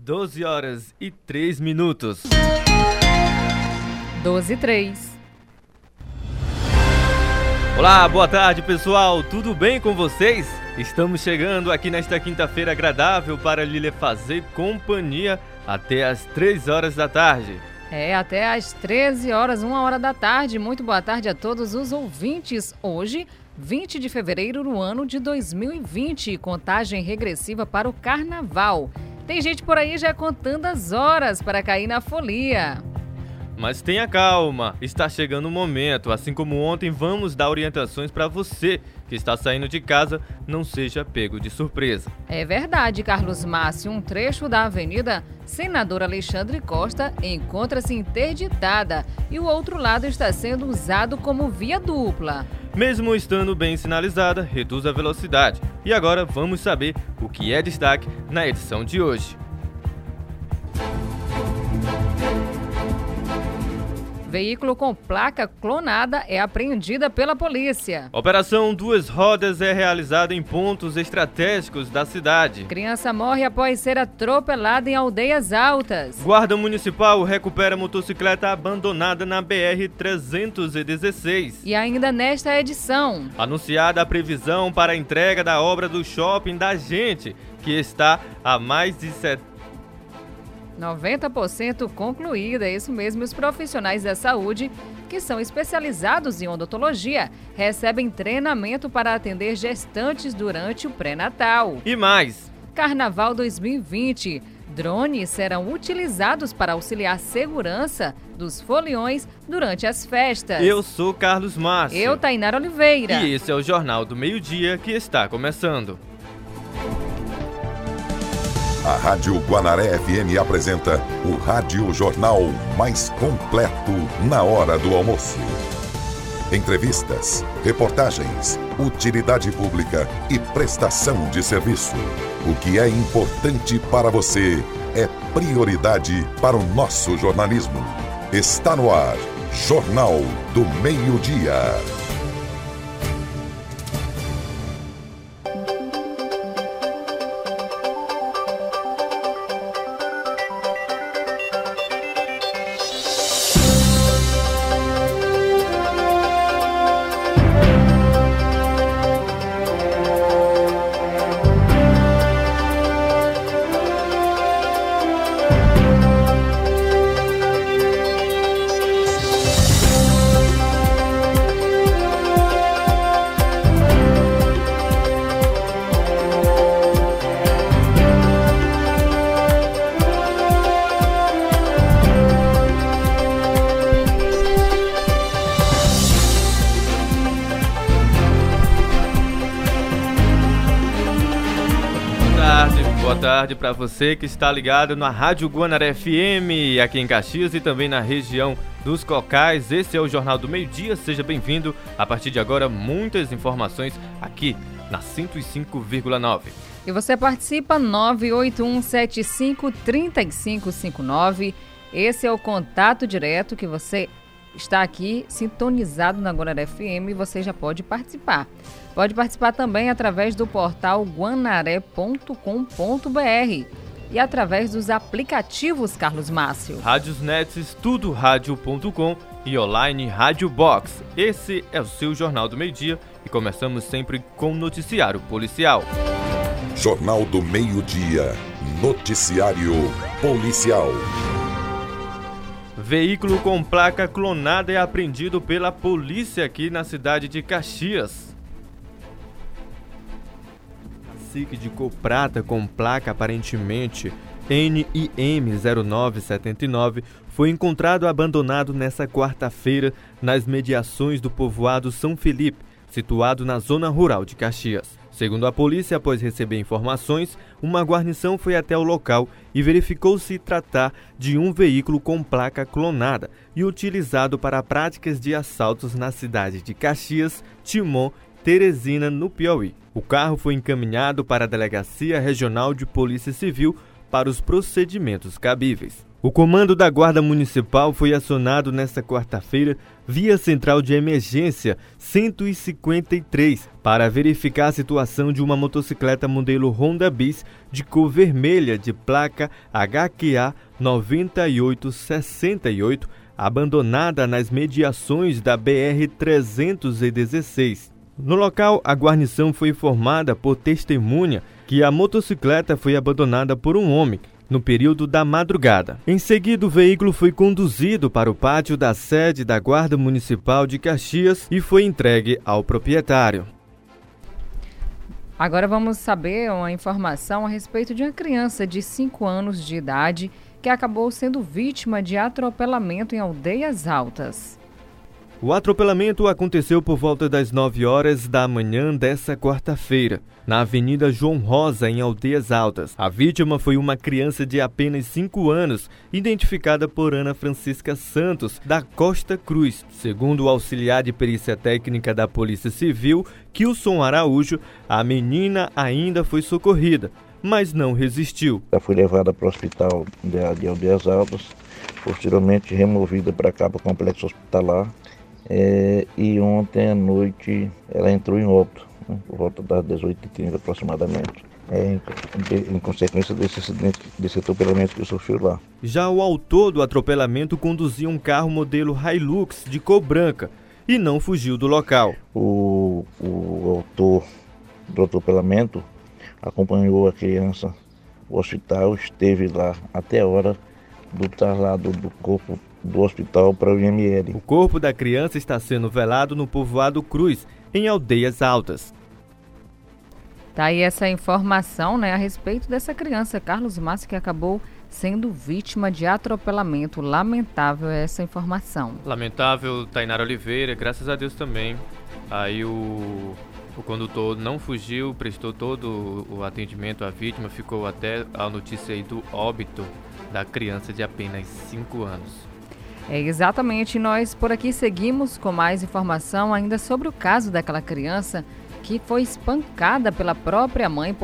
12 horas e 3 minutos. 12h03. Olá, boa tarde pessoal, tudo bem com vocês? Estamos chegando aqui nesta quinta-feira agradável para lhe fazer companhia até às 3 horas da tarde. Até às 13 horas, 1 hora da tarde. Muito boa tarde a todos os ouvintes. Hoje, 20 de fevereiro do ano de 2020, contagem regressiva para o Carnaval. Tem gente por aí já contando as horas para cair na folia. Mas tenha calma, está chegando o momento. Assim como ontem, vamos dar orientações para você que está saindo de casa, não seja pego de surpresa. É verdade, Carlos Márcio. Um trecho da Avenida Senador Alexandre Costa encontra-se interditada e o outro lado está sendo usado como via dupla. Mesmo estando bem sinalizada, reduz a velocidade. E agora vamos saber o que é destaque na edição de hoje. Veículo com placa clonada é apreendida pela polícia. Operação Duas Rodas é realizada em pontos estratégicos da cidade. Criança morre após ser atropelada em Aldeias Altas. Guarda Municipal recupera motocicleta abandonada na BR-316. E ainda nesta edição, anunciada a previsão para a entrega da obra do shopping da Gente, que está há mais de 90% concluída, é isso mesmo. Os profissionais da saúde, que são especializados em odontologia, recebem treinamento para atender gestantes durante o pré-natal. E mais! Carnaval 2020. Drones serão utilizados para auxiliar a segurança dos foliões durante as festas. Eu sou Carlos Márcio. Eu, Tainara Oliveira. E esse é o Jornal do Meio-Dia que está começando. A Rádio Guanaré FM apresenta o Rádio Jornal mais completo na hora do almoço. Entrevistas, reportagens, utilidade pública e prestação de serviço. O que é importante para você é prioridade para o nosso jornalismo. Está no ar, Jornal do Meio-Dia. Boa tarde para você que está ligado na Rádio Guanaré FM, aqui em Caxias e também na região dos Cocais. Esse é o Jornal do Meio-Dia, seja bem-vindo. A partir de agora, muitas informações aqui na 105,9. E você participa 981753559. Esse é o contato direto que você está aqui sintonizado na Guanaré FM e você já pode participar. Pode participar também através do portal guanaré.com.br e através dos aplicativos, Carlos Márcio. Rádios Nets, tudo rádio.com e online Rádio Box. Esse é o seu Jornal do Meio-Dia e começamos sempre com o noticiário policial. Jornal do Meio-Dia, noticiário policial. Veículo com placa clonada é apreendido pela polícia aqui na cidade de Caxias. Cacique de cor prata com placa aparentemente NIM 0979 foi encontrado abandonado nesta quarta-feira nas mediações do povoado São Felipe, situado na zona rural de Caxias. Segundo a polícia, após receber informações, uma guarnição foi até o local e verificou se tratar de um veículo com placa clonada e utilizado para práticas de assaltos na cidade de Caxias, Timon, Teresina, no Piauí. O carro foi encaminhado para a Delegacia Regional de Polícia Civil para os procedimentos cabíveis. O comando da Guarda Municipal foi acionado nesta quarta-feira via Central de Emergência 153 para verificar a situação de uma motocicleta modelo Honda Bis de cor vermelha de placa HQA 9868 abandonada nas mediações da BR-316. No local, a guarnição foi informada por testemunha que a motocicleta foi abandonada por um homem no período da madrugada. Em seguida, o veículo foi conduzido para o pátio da sede da Guarda Municipal de Caxias e foi entregue ao proprietário. Agora vamos saber uma informação a respeito de uma criança de 5 anos de idade que acabou sendo vítima de atropelamento em Aldeias Altas. O atropelamento aconteceu por volta das 9 horas da manhã dessa quarta-feira, na Avenida João Rosa, em Aldeias Altas. A vítima foi uma criança de apenas 5 anos, identificada por Ana Francisca Santos, da Costa Cruz. Segundo o auxiliar de perícia técnica da Polícia Civil, Kilson Araújo, a menina ainda foi socorrida, mas não resistiu. Ela foi levada para o hospital de Aldeias Altas, posteriormente removida para cá, para o complexo hospitalar. E ontem à noite ela entrou em óbito, por volta das 18h30 aproximadamente, em consequência desse acidente, desse atropelamento que sofreu lá. Já o autor do atropelamento conduzia um carro modelo Hilux de cor branca e não fugiu do local. O autor do atropelamento acompanhou a criança ao hospital, esteve lá até a hora do traslado do corpo do hospital para o IML. O corpo da criança está sendo velado no povoado Cruz, em Aldeias Altas. Tá aí essa informação, a respeito dessa criança, Carlos Márcio, que acabou sendo vítima de atropelamento. Lamentável essa informação. Lamentável, Tainara Oliveira, graças a Deus também. Aí o condutor não fugiu, prestou todo o atendimento à vítima, ficou até a notícia aí do óbito da criança de apenas 5 anos. Exatamente, nós por aqui seguimos com mais informação ainda sobre o caso daquela criança que foi espancada pela própria mãe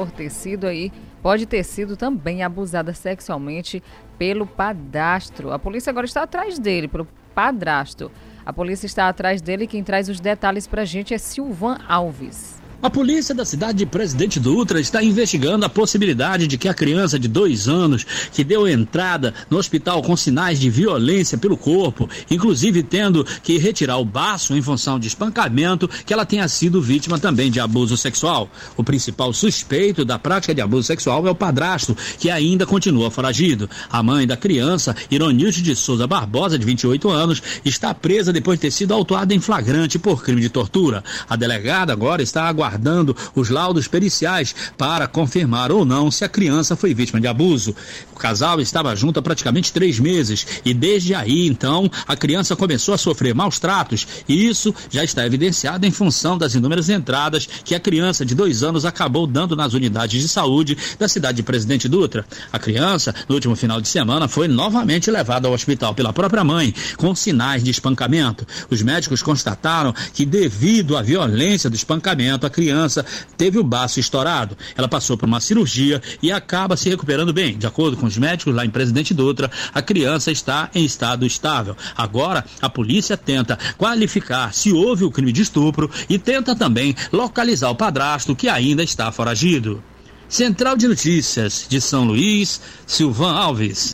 pode ter sido também abusada sexualmente pelo padrasto. A polícia agora está atrás dele, pelo padrasto. A polícia está atrás dele e quem traz os detalhes pra gente é Silvan Alves. A polícia da cidade de Presidente Dutra está investigando a possibilidade de que a criança de 2 anos, que deu entrada no hospital com sinais de violência pelo corpo, inclusive tendo que retirar o baço em função de espancamento, que ela tenha sido vítima também de abuso sexual. O principal suspeito da prática de abuso sexual é o padrasto, que ainda continua foragido. A mãe da criança, Ironilde de Souza Barbosa, de 28 anos, está presa depois de ter sido autuada em flagrante por crime de tortura. A delegada agora está aguardando os laudos periciais para confirmar ou não se a criança foi vítima de abuso. O casal estava junto há praticamente 3 meses e desde aí, então, a criança começou a sofrer maus tratos e isso já está evidenciado em função das inúmeras entradas que a criança de 2 anos acabou dando nas unidades de saúde da cidade de Presidente Dutra. A criança, no último final de semana, foi novamente levada ao hospital pela própria mãe, com sinais de espancamento. Os médicos constataram que, devido à violência do espancamento, a criança teve o baço estourado. Ela passou por uma cirurgia e acaba se recuperando bem. De acordo com os médicos lá em Presidente Dutra, a criança está em estado estável. Agora, a polícia tenta qualificar se houve o crime de estupro e tenta também localizar o padrasto que ainda está foragido. Central de Notícias de São Luís, Silvan Alves.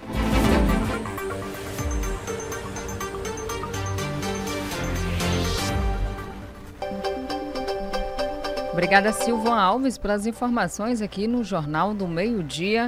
Obrigada, Silvan Alves, pelas informações aqui no Jornal do Meio-Dia.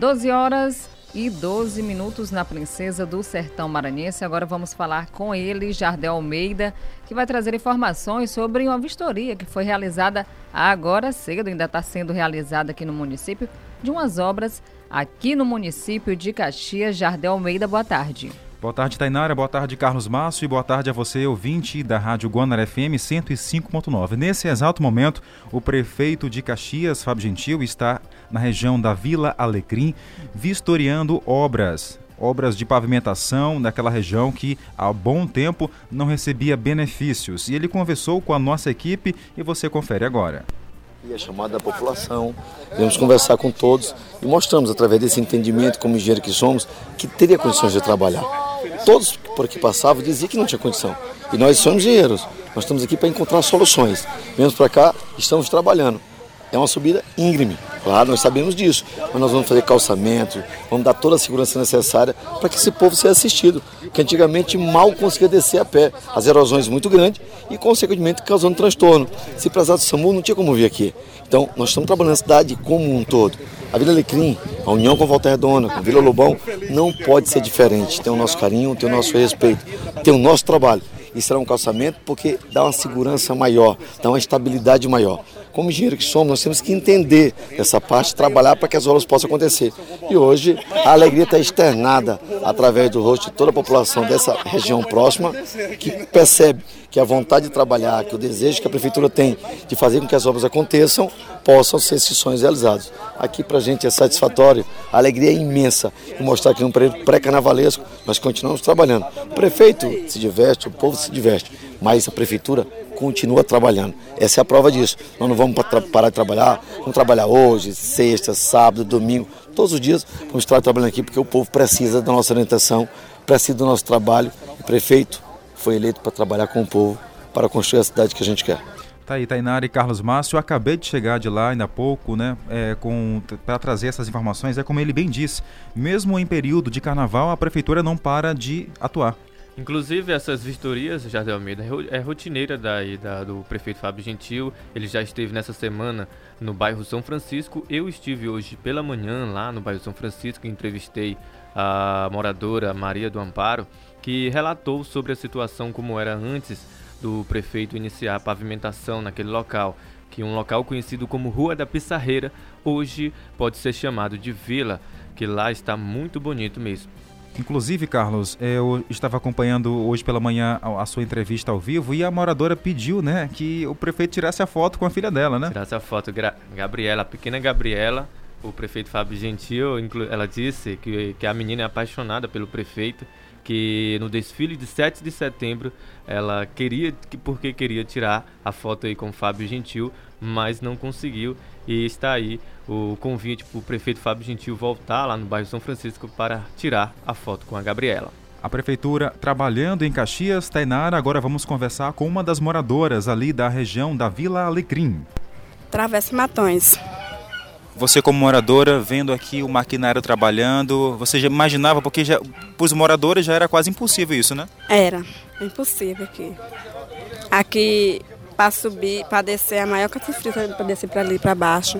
12h12 na Princesa do Sertão Maranhense. Agora vamos falar com ele, Jardel Almeida, que vai trazer informações sobre uma vistoria que foi realizada agora cedo, ainda está sendo realizada aqui no município, de umas obras aqui no município de Caxias. Jardel Almeida, boa tarde. Boa tarde, Tainara. Boa tarde, Carlos Márcio. E boa tarde a você, ouvinte da Rádio Guanaré FM 105.9. Nesse exato momento, o prefeito de Caxias, Fábio Gentil, está na região da Vila Alecrim, vistoriando obras de pavimentação daquela região que há bom tempo não recebia benefícios. E ele conversou com a nossa equipe e você confere agora. E a chamada da população, viemos conversar com todos e mostramos, através desse entendimento, como engenheiro que somos, que teria condições de trabalhar. Todos por aqui passavam diziam que não tinha condição. E nós somos engenheiros, nós estamos aqui para encontrar soluções. Viemos para cá, estamos trabalhando. É uma subida íngreme, claro, nós sabemos disso, mas nós vamos fazer calçamento, vamos dar toda a segurança necessária para que esse povo seja assistido, que antigamente mal conseguia descer a pé, as erosões muito grandes e, consequentemente, causando transtorno. Se precisasse do SAMU, não tinha como vir aqui. Então, nós estamos trabalhando na cidade como um todo. A Vila Alecrim, a união com a Volta Redonda, com a Vila Lobão, não pode ser diferente. Tem o nosso carinho, tem o nosso respeito, tem o nosso trabalho. E será um calçamento porque dá uma segurança maior, dá uma estabilidade maior. Como engenheiro que somos, nós temos que entender essa parte, trabalhar para que as obras possam acontecer. E hoje a alegria está externada através do rosto de toda a população dessa região próxima, que percebe que a vontade de trabalhar, que o desejo que a Prefeitura tem de fazer com que as obras aconteçam, possam ser esses sonhos realizados. Aqui para a gente é satisfatório, a alegria é imensa. E mostrar que num período pré-carnavalesco nós continuamos trabalhando. O prefeito se diverte, o povo se diverte, mas a Prefeitura continua trabalhando. Essa é a prova disso. Nós não vamos parar de trabalhar, vamos trabalhar hoje, sexta, sábado, domingo, todos os dias vamos estar trabalhando aqui porque o povo precisa da nossa orientação, precisa do nosso trabalho. O prefeito foi eleito para trabalhar com o povo, para construir a cidade que a gente quer. Tá aí, Tainara e Carlos Márcio, eu acabei de chegar de lá ainda há pouco, né, para trazer essas informações. É como ele bem disse, mesmo em período de carnaval, a prefeitura não para de atuar. Inclusive, essas vistorias, Jardel Almeida, é rotineira do prefeito Fábio Gentil. Ele já esteve nessa semana no bairro São Francisco. Eu estive hoje pela manhã lá no bairro São Francisco e entrevistei a moradora Maria do Amparo, que relatou sobre a situação como era antes do prefeito iniciar a pavimentação naquele local, que um local conhecido como Rua da Pissarreira hoje pode ser chamado de Vila, que lá está muito bonito mesmo. Inclusive, Carlos, eu estava acompanhando hoje pela manhã a sua entrevista ao vivo e a moradora pediu, né, que o prefeito tirasse a foto com a filha dela, né? Tirasse a foto, Gabriela, a pequena Gabriela, o prefeito Fábio Gentil, ela disse que a menina é apaixonada pelo prefeito, que no desfile de 7 de setembro ela queria tirar a foto aí com o Fábio Gentil, mas não conseguiu, e está aí o convite para o prefeito Fábio Gentil voltar lá no bairro São Francisco para tirar a foto com a Gabriela. A prefeitura trabalhando em Caxias. Tainara, agora vamos conversar com uma das moradoras ali da região da Vila Alecrim. Travessa Matões. Você como moradora, vendo aqui o maquinário trabalhando, você já imaginava, porque para os moradores já era quase impossível isso, né? Era impossível aqui. Aqui, para subir, para descer, a maior catástrofe para descer para ali, para baixo.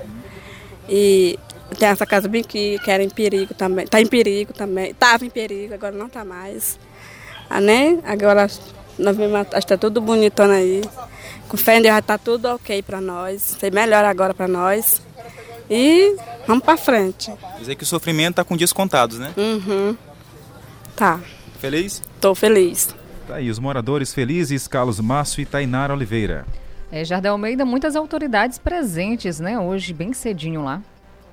E tem essa casa bem que era em perigo também. Está em perigo também. Estava em perigo, agora não está mais. Né? Agora nós vimos, está tudo bonitona aí. Com fé em Deus já está tudo ok para nós. Tem melhor agora para nós. E vamos para frente. Quer dizer que o sofrimento está com dias contados, né? Uhum. Tá. Feliz? Estou feliz. Tá aí, os moradores felizes, Carlos Márcio e Tainara Oliveira. Jardel Almeida, muitas autoridades presentes, né? Hoje, bem cedinho lá.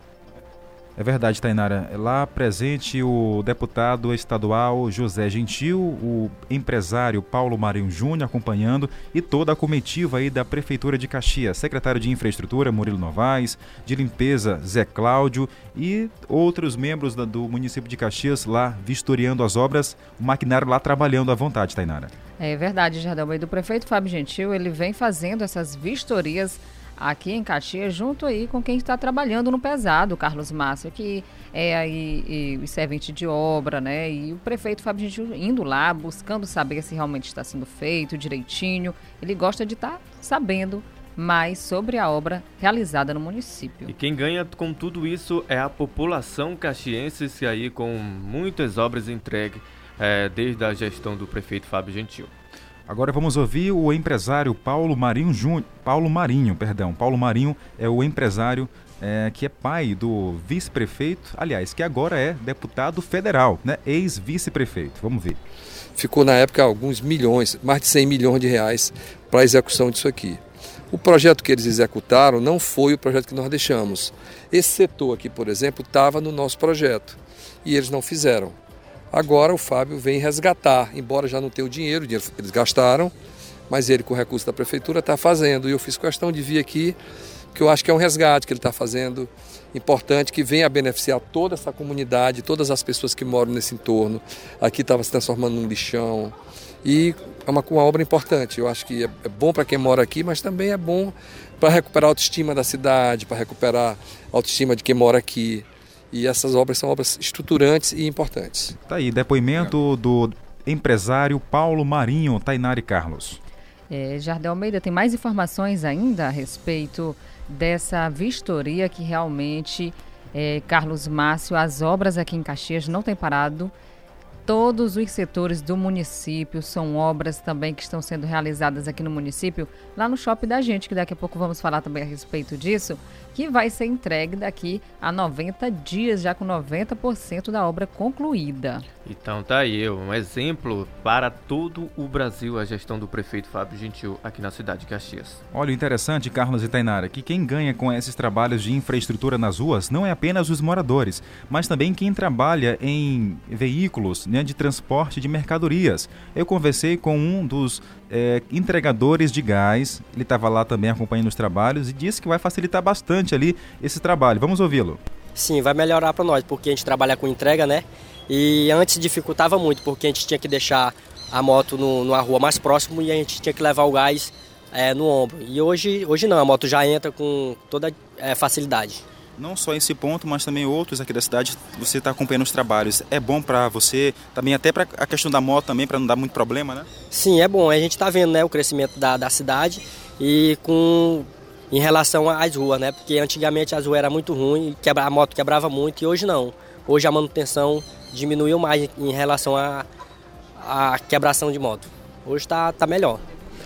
É verdade, Tainara. Lá presente o deputado estadual José Gentil, o empresário Paulo Marinho Júnior acompanhando e toda a comitiva aí da Prefeitura de Caxias. Secretário de Infraestrutura Murilo Novaes, de Limpeza Zé Cláudio e outros membros do município de Caxias lá vistoriando as obras, o maquinário lá trabalhando à vontade, Tainara. É verdade, Jardel Almeida. O prefeito Fábio Gentil, ele vem fazendo essas vistorias aqui em Caxias, junto aí com quem está trabalhando no pesado, Carlos Márcio, que é aí o servente de obra, né? E o prefeito Fábio Gentil indo lá, buscando saber se realmente está sendo feito direitinho. Ele gosta de estar sabendo mais sobre a obra realizada no município. E quem ganha com tudo isso é a população caxiense, aí com muitas obras entregues desde a gestão do prefeito Fábio Gentil. Agora vamos ouvir o empresário Paulo Marinho Júnior. Paulo Marinho é o empresário que é pai do vice-prefeito, aliás, que agora é deputado federal, né? Ex-vice-prefeito. Vamos ver. Ficou na época alguns milhões, mais de 100 milhões de reais para a execução disso aqui. O projeto que eles executaram não foi o projeto que nós deixamos. Esse setor aqui, por exemplo, estava no nosso projeto e eles não fizeram. Agora o Fábio vem resgatar, embora já não tenha o dinheiro eles gastaram, mas ele com o recurso da prefeitura está fazendo. E eu fiz questão de vir aqui que eu acho que é um resgate que ele está fazendo, importante, que venha a beneficiar toda essa comunidade, todas as pessoas que moram nesse entorno. Aqui estava se transformando num lixão, e é uma obra importante. Eu acho que é bom para quem mora aqui, mas também é bom para recuperar a autoestima da cidade, para recuperar a autoestima de quem mora aqui. E essas obras são obras estruturantes e importantes. Tá aí, depoimento do empresário Paulo Marinho, Tainara e Carlos. Jardel Almeida, tem mais informações ainda a respeito dessa vistoria que realmente, Carlos Márcio, as obras aqui em Caxias não têm parado. Todos os setores do município, são obras também que estão sendo realizadas aqui no município, lá no shopping da gente, que daqui a pouco vamos falar também a respeito disso, que vai ser entregue daqui a 90 dias, já com 90% da obra concluída. Então tá aí, um exemplo para todo o Brasil, a gestão do prefeito Fábio Gentil aqui na cidade de Caxias. Olha, o interessante, Carlos e Tainara, que quem ganha com esses trabalhos de infraestrutura nas ruas não é apenas os moradores, mas também quem trabalha em veículos, né, de transporte de mercadorias. Eu conversei com um dos entregadores de gás, ele estava lá também acompanhando os trabalhos e disse que vai facilitar bastante ali esse trabalho. Vamos ouvi-lo. Sim, vai melhorar para nós, porque a gente trabalha com entrega, né? E antes dificultava muito, porque a gente tinha que deixar a moto numa rua mais próxima e a gente tinha que levar o gás no ombro. E hoje não, a moto já entra com toda facilidade. Não só esse ponto, mas também outros aqui da cidade, você está acompanhando os trabalhos. É bom para você, também até para a questão da moto também, para não dar muito problema, né? Sim, é bom. A gente está vendo, né, o crescimento da cidade e em relação às ruas, né? Porque antigamente as ruas eram muito ruins, a moto quebrava muito e hoje não. Hoje a manutenção diminuiu mais em relação à quebração de moto. Hoje está melhor.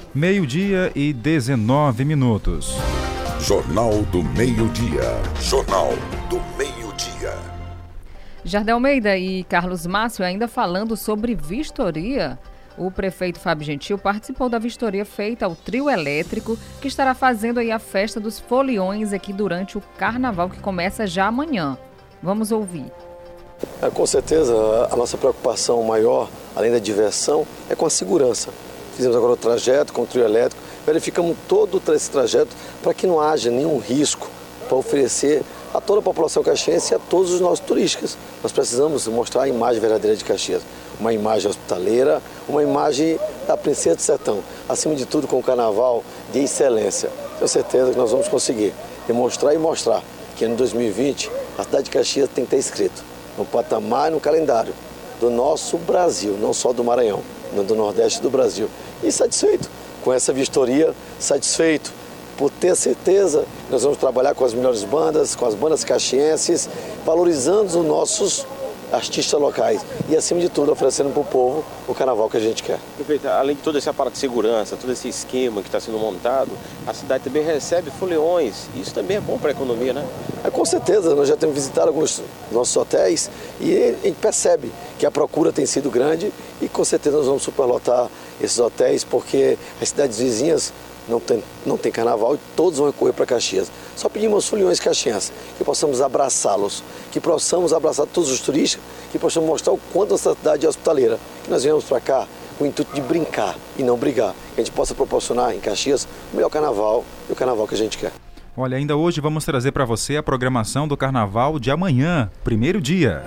12:19. Jornal do Meio-Dia. Jornal do Meio-Dia. Jardel Almeida e Carlos Márcio, ainda falando sobre vistoria, o prefeito Fábio Gentil participou da vistoria feita ao trio elétrico, que estará fazendo aí a festa dos foliões aqui durante o carnaval, que começa já amanhã. Vamos ouvir. Com certeza, a nossa preocupação maior, além da diversão, é com a segurança. Fizemos agora o trajeto com o trio elétrico, verificamos todo esse trajeto para que não haja nenhum risco para oferecer a toda a população caxiense e a todos os nossos turistas. Nós precisamos mostrar a imagem verdadeira de Caxias, uma imagem hospitaleira, uma imagem da princesa do sertão, acima de tudo com o carnaval de excelência. Tenho certeza que nós vamos conseguir demonstrar e mostrar que em 2020 a cidade de Caxias tem que ter escrito no patamar e no calendário do nosso Brasil, não só do Maranhão, mas do Nordeste do Brasil. E satisfeito com essa vistoria, satisfeito por ter certeza que nós vamos trabalhar com as melhores bandas, com as bandas caxienses, valorizando os nossos artistas locais e, acima de tudo, oferecendo para o povo o carnaval que a gente quer. Prefeito, além de toda essa aparato de segurança, todo esse esquema que está sendo montado, a cidade também recebe foliões. Isso também é bom para a economia, né? Com certeza, nós já temos visitado alguns nossos hotéis e a gente percebe que a procura tem sido grande e com certeza nós vamos superlotar esses hotéis porque as cidades vizinhas não tem carnaval e todos vão correr para Caxias. Só pedimos aos foliões caxienses que possamos abraçá-los, que possamos abraçar todos os turistas, que possamos mostrar o quanto nossa cidade é hospitaleira, que nós viemos para cá com o intuito de brincar e não brigar, que a gente possa proporcionar em Caxias o melhor carnaval e o carnaval que a gente quer. Olha, ainda hoje vamos trazer para você a programação do carnaval de amanhã, primeiro dia.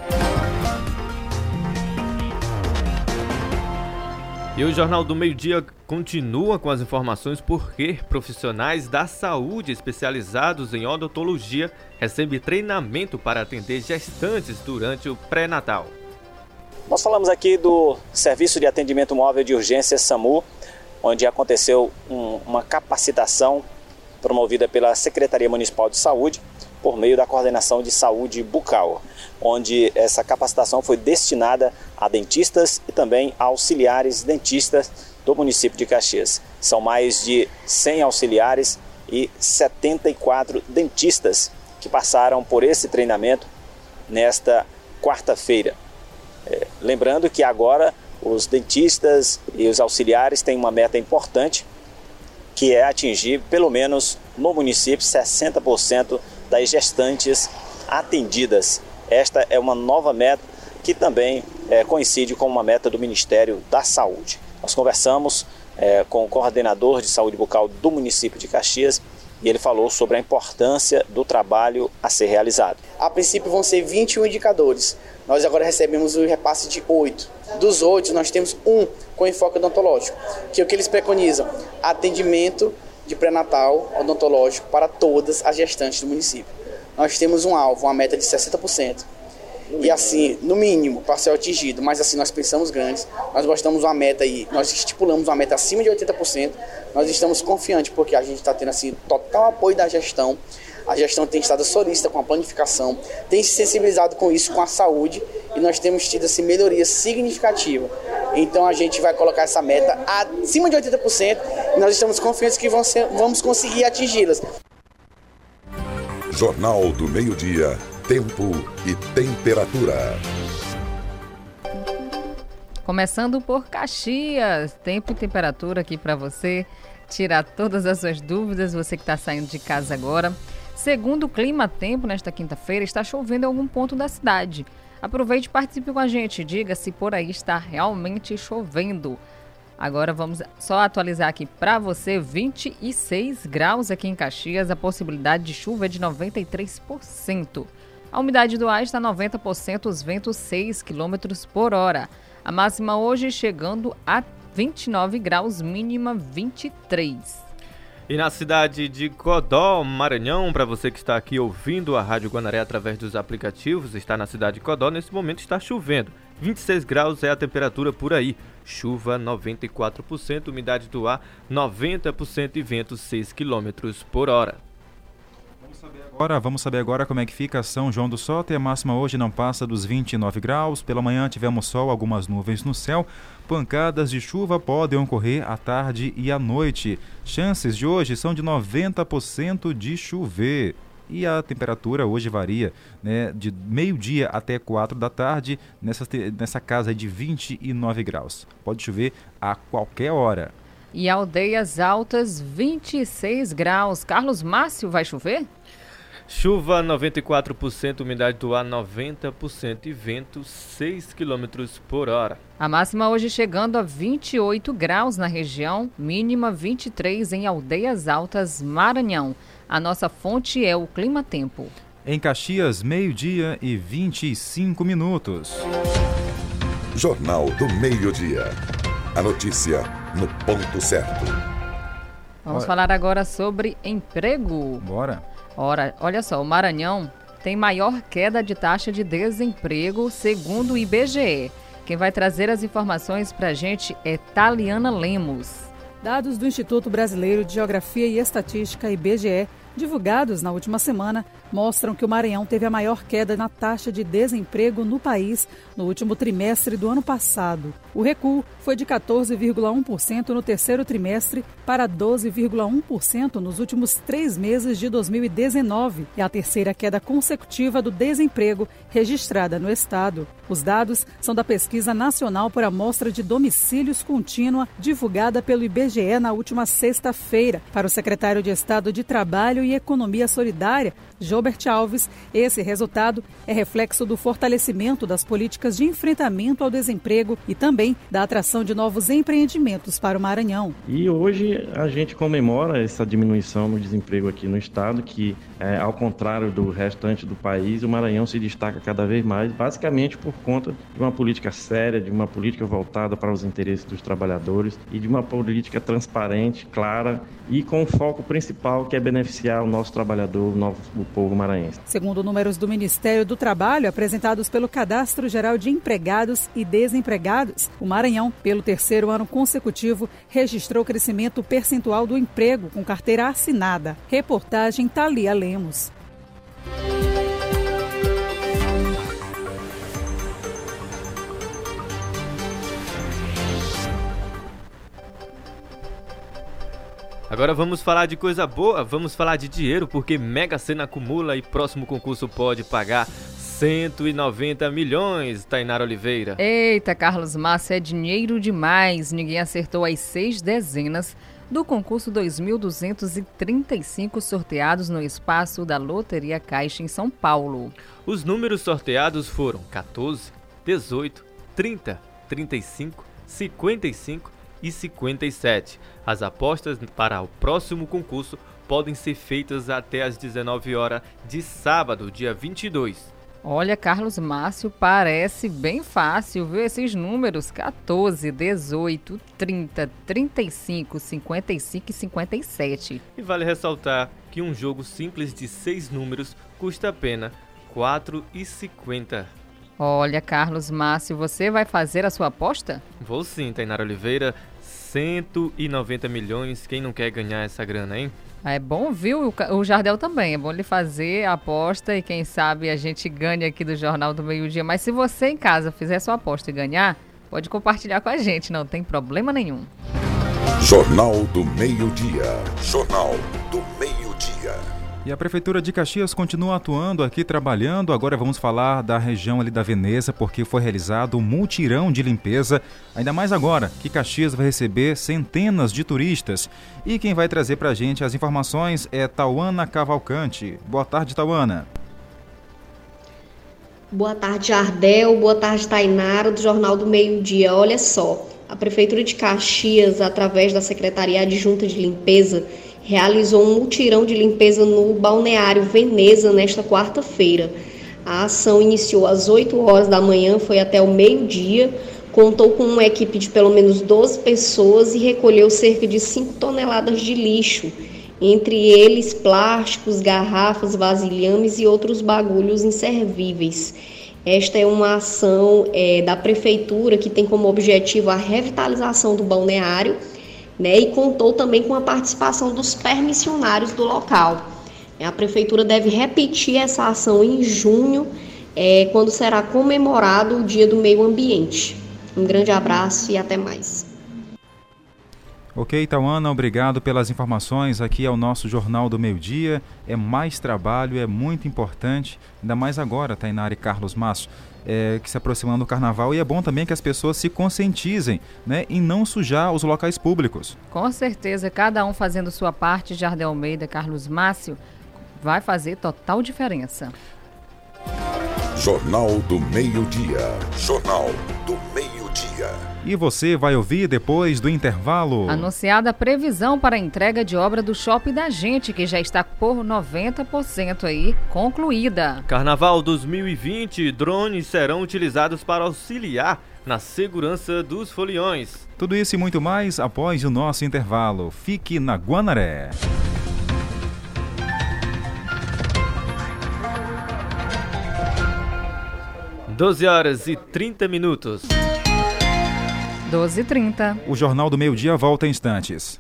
E o Jornal do Meio-Dia continua com as informações porque profissionais da saúde especializados em odontologia recebem treinamento para atender gestantes durante o pré-natal. Nós falamos aqui do Serviço de Atendimento Móvel de Urgência SAMU, onde aconteceu uma capacitação promovida pela Secretaria Municipal de Saúde por meio da Coordenação de Saúde Bucal, onde essa capacitação foi destinada a dentistas e também a auxiliares dentistas do município de Caxias. São mais de 100 auxiliares e 74 dentistas que passaram por esse treinamento nesta quarta-feira. Lembrando que agora os dentistas e os auxiliares têm uma meta importante, que é atingir pelo menos no município 60% das gestantes atendidas. Esta é uma nova meta que também coincide com uma meta do Ministério da Saúde. Nós conversamos com o coordenador de saúde bucal do município de Caxias e ele falou sobre a importância do trabalho a ser realizado. A princípio vão ser 21 indicadores. Nós agora recebemos o repasse de 8. Dos 8, nós temos um com enfoque odontológico, que é o que eles preconizam: atendimento de pré-natal odontológico para todas as gestantes do município. Nós temos um alvo, uma meta de 60%. E assim, no mínimo, para ser atingido, mas assim nós pensamos grandes, nós gostamos uma meta aí, nós estipulamos uma meta acima de 80%, nós estamos confiantes porque a gente está tendo assim total apoio da gestão, a gestão tem estado solícita com a planificação, tem se sensibilizado com isso, com a saúde, e nós temos tido assim melhoria significativa. Então a gente vai colocar essa meta acima de 80% e nós estamos confiantes que vamos conseguir atingi-las. Jornal do Meio-Dia, tempo e temperatura. Começando por Caxias, tempo e temperatura aqui para você tirar todas as suas dúvidas, você que está saindo de casa agora. Segundo o Clima Tempo, nesta quinta-feira, está chovendo em algum ponto da cidade. Aproveite e participe com a gente, diga se por aí está realmente chovendo. Agora vamos só atualizar aqui para você, 26 graus aqui em Caxias, a possibilidade de chuva é de 93%. A umidade do ar está 90%, os ventos 6 km por hora. A máxima hoje chegando a 29 graus, mínima 23. E na cidade de Codó, Maranhão, para você que está aqui ouvindo a Rádio Guanaré através dos aplicativos, está na cidade de Codó, nesse momento está chovendo. 26 graus é a temperatura por aí. Chuva 94%, umidade do ar 90% e vento 6 km por hora. Vamos saber agora como é que fica São João do Soto. E a máxima hoje não passa dos 29 graus. Pela manhã tivemos sol, algumas nuvens no céu. Pancadas de chuva podem ocorrer à tarde e à noite. Chances de hoje são de 90% de chover. E a temperatura hoje varia, né, de meio-dia até 4 da tarde, nessa casa de 29 graus. Pode chover a qualquer hora. E Aldeias Altas, 26 graus. Carlos Márcio, vai chover? Chuva 94%, umidade do ar 90% e vento 6 km por hora. A máxima hoje chegando a 28 graus na região, mínima 23 em Aldeias Altas, Maranhão. A nossa fonte é o Clima Tempo. Em Caxias, meio-dia e 25 minutos. Jornal do Meio-Dia. A notícia no ponto certo. Vamos falar agora sobre emprego. Bora. Ora, olha só, o Maranhão tem maior queda de taxa de desemprego, segundo o IBGE. Quem vai trazer as informações para a gente é Taliana Lemos. Dados do Instituto Brasileiro de Geografia e Estatística, IBGE, divulgados na última semana, mostram que o Maranhão teve a maior queda na taxa de desemprego no país no último trimestre do ano passado. O recuo foi de 14,1% no terceiro trimestre para 12,1% nos últimos 3 meses de 2019 e a terceira queda consecutiva do desemprego registrada no estado. Os dados são da Pesquisa Nacional por Amostra de Domicílios Contínua, divulgada pelo IBGE na última sexta-feira. Para o secretário de Estado de Trabalho e Economia Solidária, Jobert Alves, esse resultado é reflexo do fortalecimento das políticas de enfrentamento ao desemprego e também da atração de novos empreendimentos para o Maranhão. E hoje a gente comemora essa diminuição no desemprego aqui no estado, que ao contrário do restante do país, o Maranhão se destaca cada vez mais, basicamente por conta de uma política séria, de uma política voltada para os interesses dos trabalhadores e de uma política transparente, clara e com o foco principal que é beneficiar o nosso trabalhador, o povo maranhense. Segundo números do Ministério do Trabalho, apresentados pelo Cadastro Geral de Empregados e Desempregados, o Maranhão, pelo terceiro ano consecutivo, registrou crescimento percentual do emprego com carteira assinada. Reportagem Thalia Lemos. Agora vamos falar de coisa boa, vamos falar de dinheiro, porque Mega Sena acumula e próximo concurso pode pagar 190 milhões, Tainara Oliveira. Eita, Carlos Márcio, é dinheiro demais. Ninguém acertou as 6 dezenas do concurso 2.235 sorteados no espaço da Loteria Caixa em São Paulo. Os números sorteados foram 14, 18, 30, 35, 55 e 57. As apostas para o próximo concurso podem ser feitas até às 19 horas de sábado, dia 22. Olha, Carlos Márcio, parece bem fácil, viu? Esses números 14, 18, 30, 35, 55 e 57. E vale ressaltar que um jogo simples de 6 números custa apenas R$ 4,50. Olha, Carlos Márcio, você vai fazer a sua aposta? Vou sim, Tainara Oliveira. 190 milhões, quem não quer ganhar essa grana, hein? É bom, viu? O Jardel também. É bom ele fazer a aposta e quem sabe a gente ganha aqui do Jornal do Meio-Dia. Mas se você em casa fizer sua aposta e ganhar, pode compartilhar com a gente, não tem problema nenhum. Jornal do Meio-Dia. Jornal do Meio-Dia. E a Prefeitura de Caxias continua atuando aqui, trabalhando. Agora vamos falar da região ali da Veneza, porque foi realizado um mutirão de limpeza. Ainda mais agora, que Caxias vai receber centenas de turistas. E quem vai trazer pra gente as informações é Tauana Cavalcante. Boa tarde, Tauana. Boa tarde, Jardel. Boa tarde, Tainara, do Jornal do Meio-Dia. Olha só, a Prefeitura de Caxias, através da Secretaria Adjunta de Limpeza, realizou um mutirão de limpeza no balneário Veneza nesta quarta-feira. A ação iniciou às 8 horas da manhã, foi até o meio-dia, contou com uma equipe de pelo menos 12 pessoas e recolheu cerca de 5 toneladas de lixo, entre eles plásticos, garrafas, vasilhames e outros bagulhos inservíveis. Esta é uma ação da Prefeitura que tem como objetivo a revitalização do balneário, né, e contou também com a participação dos permissionários do local. A Prefeitura deve repetir essa ação em junho, quando será comemorado o Dia do Meio Ambiente. Um grande abraço e até mais. Ok, Tauana, obrigado pelas informações. Aqui é o nosso Jornal do Meio-Dia. É mais trabalho, é muito importante, ainda mais agora, Tainara e Carlos Márcio, que se aproximando do Carnaval, e é bom também que as pessoas se conscientizem, né, em não sujar os locais públicos. Com certeza, cada um fazendo sua parte, Jardel Almeida, Carlos Márcio, vai fazer total diferença. Jornal do Meio-Dia. Jornal do Meio-Dia. E você vai ouvir depois do intervalo. Anunciada a previsão para a entrega de obra do Shopping da Gente, que já está por 90% aí concluída. Carnaval 2020, drones serão utilizados para auxiliar na segurança dos foliões. Tudo isso e muito mais após o nosso intervalo. Fique na Guanaré. (12h30) 12h30. O Jornal do Meio-Dia volta em instantes.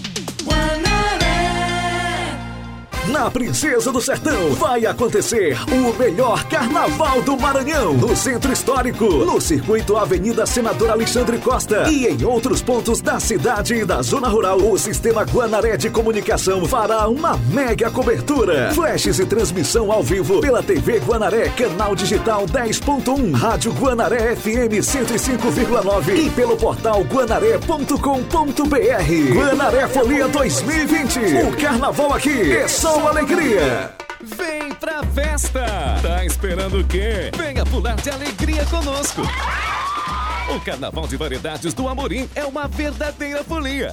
Na Princesa do Sertão vai acontecer o melhor carnaval do Maranhão, no Centro Histórico, no Circuito Avenida Senador Alexandre Costa e em outros pontos da cidade e da zona rural. O Sistema Guanaré de Comunicação fará uma mega cobertura. Flashes e transmissão ao vivo pela TV Guanaré, canal digital 10.1, Rádio Guanaré FM 105,9 e pelo portal guanaré.com.br. Guanaré Folia 2020. O carnaval aqui é só alegria. Vem pra festa! Tá esperando o quê? Venha pular de alegria conosco! O Carnaval de Variedades do Amorim é uma verdadeira folia!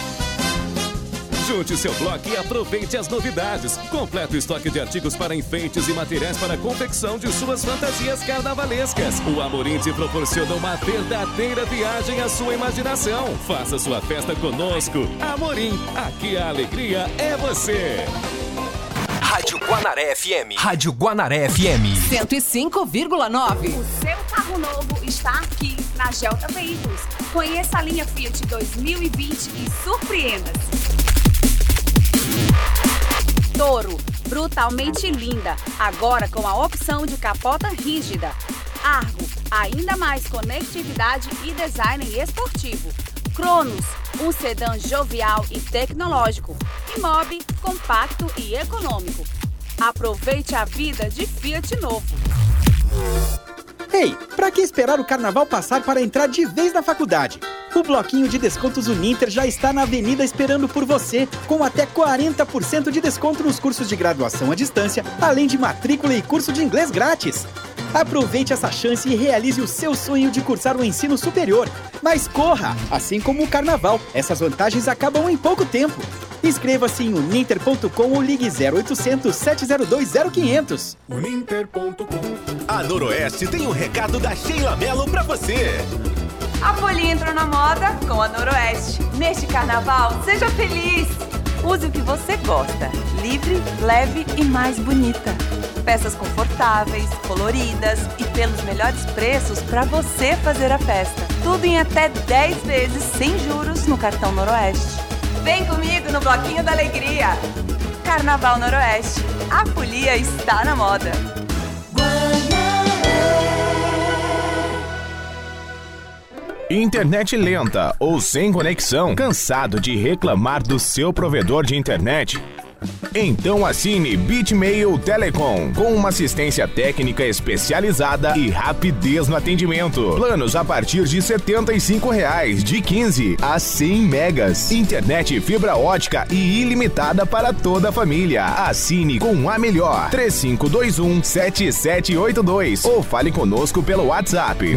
Junte seu bloco e aproveite as novidades. Completo estoque de artigos para enfeites e materiais para a confecção de suas fantasias carnavalescas. O Amorim te proporciona uma verdadeira viagem à sua imaginação. Faça sua festa conosco. Amorim, aqui a alegria é você. Rádio Guanaré FM. Rádio Guanaré FM. 105,9. O seu carro novo está aqui na Gelta Veículos. Conheça a linha Fiat 2020 e surpreenda-se. Toro, brutalmente linda, agora com a opção de capota rígida. Argo, ainda mais conectividade e design esportivo. Cronos, um sedã jovial e tecnológico. E Mobi, compacto e econômico. Aproveite a vida de Fiat novo. Ei, pra que esperar o carnaval passar para entrar de vez na faculdade? O bloquinho de descontos Uninter já está na avenida esperando por você, com até 40% de desconto nos cursos de graduação à distância, além de matrícula e curso de inglês grátis. Aproveite essa chance e realize o seu sonho de cursar o ensino superior. Mas corra! Assim como o carnaval, essas vantagens acabam em pouco tempo. Inscreva-se em uninter.com ou ligue 0800 702 0500. Uninter.com. A Noroeste tem um recado da Sheila Mello pra você. A folia entrou na moda com a Noroeste. Neste carnaval, seja feliz. Use o que você gosta. Livre, leve e mais bonita. Peças confortáveis, coloridas e pelos melhores preços para você fazer a festa. Tudo em até 10 vezes sem juros no cartão Noroeste. Vem comigo no Bloquinho da Alegria. Carnaval Noroeste. A folia está na moda. Internet lenta ou sem conexão? Cansado de reclamar do seu provedor de internet? Então assine Bitmail Telecom, com uma assistência técnica especializada e rapidez no atendimento. Planos a partir de R$ 75,00, de 15 a 100 megas. Internet fibra ótica e ilimitada para toda a família. Assine com a melhor 3521-7782 ou fale conosco pelo WhatsApp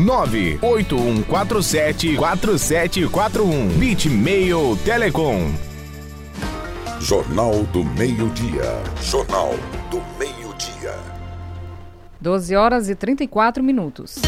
981474741. Bitmail Telecom. Jornal do Meio-Dia. Jornal do Meio-Dia. 12h34.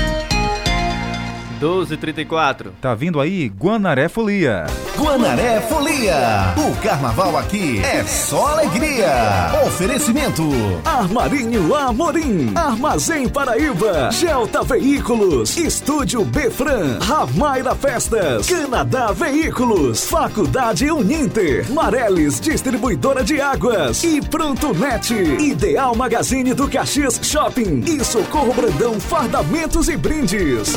12h34. Tá vindo aí Guanaré Folia. Guanaré Folia. O carnaval aqui é só alegria. Oferecimento: Armarinho Amorim, Armazém Paraíba, Gelta Veículos, Estúdio Befran, Ramaira Festas, Canadá Veículos, Faculdade Uninter, Mareles Distribuidora de Águas e Pronto Net, Ideal Magazine do Caxias Shopping e Socorro Brandão Fardamentos e Brindes.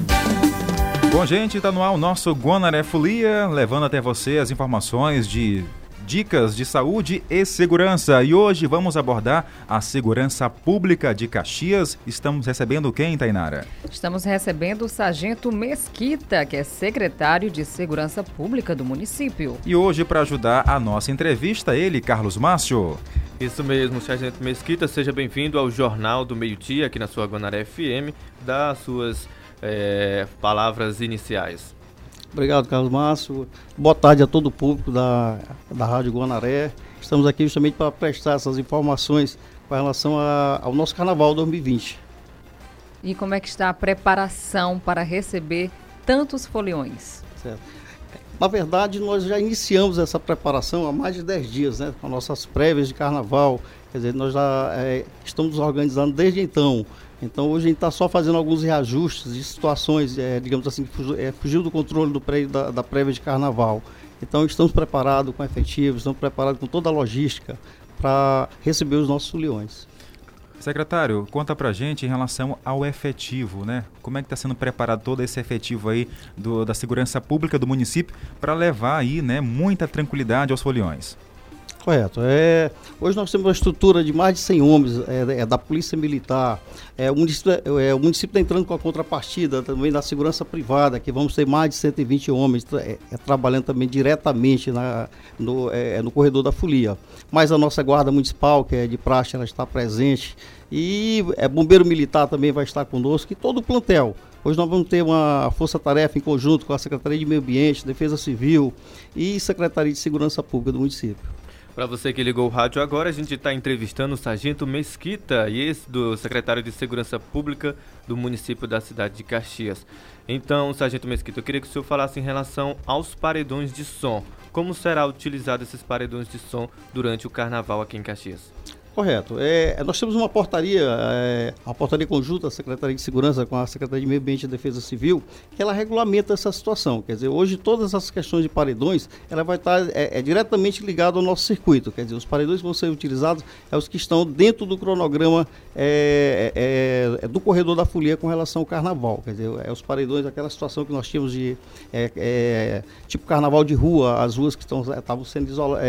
Bom, gente, tá no ar o nosso Guanaré Folia, levando até você as informações de dicas de saúde e segurança. E hoje vamos abordar a segurança pública de Caxias. Estamos recebendo quem, Tainara? Estamos recebendo o Sargento Mesquita, que é secretário de Segurança Pública do município. E hoje, para ajudar a nossa entrevista, ele, Carlos Márcio. Isso mesmo, Sargento Mesquita, seja bem-vindo ao Jornal do Meio-Dia, aqui na sua Guanaré FM, das suas palavras iniciais. Obrigado, Carlos Márcio. Boa tarde a todo o público da Rádio Guanaré. Estamos aqui justamente para prestar essas informações com relação ao nosso Carnaval 2020. E como é que está a preparação para receber tantos foliões? Certo. Na verdade, nós já iniciamos essa preparação há mais de 10 dias, né? Com nossas prévias de Carnaval. Quer dizer, nós já estamos organizando desde então. Então, hoje a gente está só fazendo alguns reajustes de situações, digamos assim, que fugiu do controle da prévia de Carnaval. Então, estamos preparados com efetivos, estamos preparados com toda a logística para receber os nossos foliões. Secretário, conta pra gente em relação ao efetivo, né? Como é que está sendo preparado todo esse efetivo aí da segurança pública do município para levar aí, né, muita tranquilidade aos foliões? Correto. Hoje nós temos uma estrutura de mais de 100 homens da Polícia Militar. O município está entrando com a contrapartida também da segurança privada, que vamos ter mais de 120 homens trabalhando também diretamente no corredor da folia. Mas a nossa Guarda Municipal, que é de praxe, ela está presente. E Bombeiro Militar também vai estar conosco e todo o plantel. Hoje nós vamos ter uma força-tarefa em conjunto com a Secretaria de Meio Ambiente, Defesa Civil e Secretaria de Segurança Pública do município. Para você que ligou o rádio agora, a gente está entrevistando o Sargento Mesquita, do secretário de Segurança Pública do município da cidade de Caxias. Então, Sargento Mesquita, eu queria que o senhor falasse em relação aos paredões de som. Como será utilizado esses paredões de som durante o carnaval aqui em Caxias? Correto. Nós temos uma portaria conjunta da Secretaria de Segurança com a Secretaria de Meio Ambiente e Defesa Civil, que ela regulamenta essa situação. Quer dizer, hoje todas as questões de paredões, ela vai estar diretamente ligada ao nosso circuito. Quer dizer, os paredões que vão ser utilizados os que estão dentro do cronograma do corredor da folia com relação ao carnaval. Quer dizer, os paredões, aquela situação que nós tínhamos de tipo carnaval de rua, as ruas que estavam sendo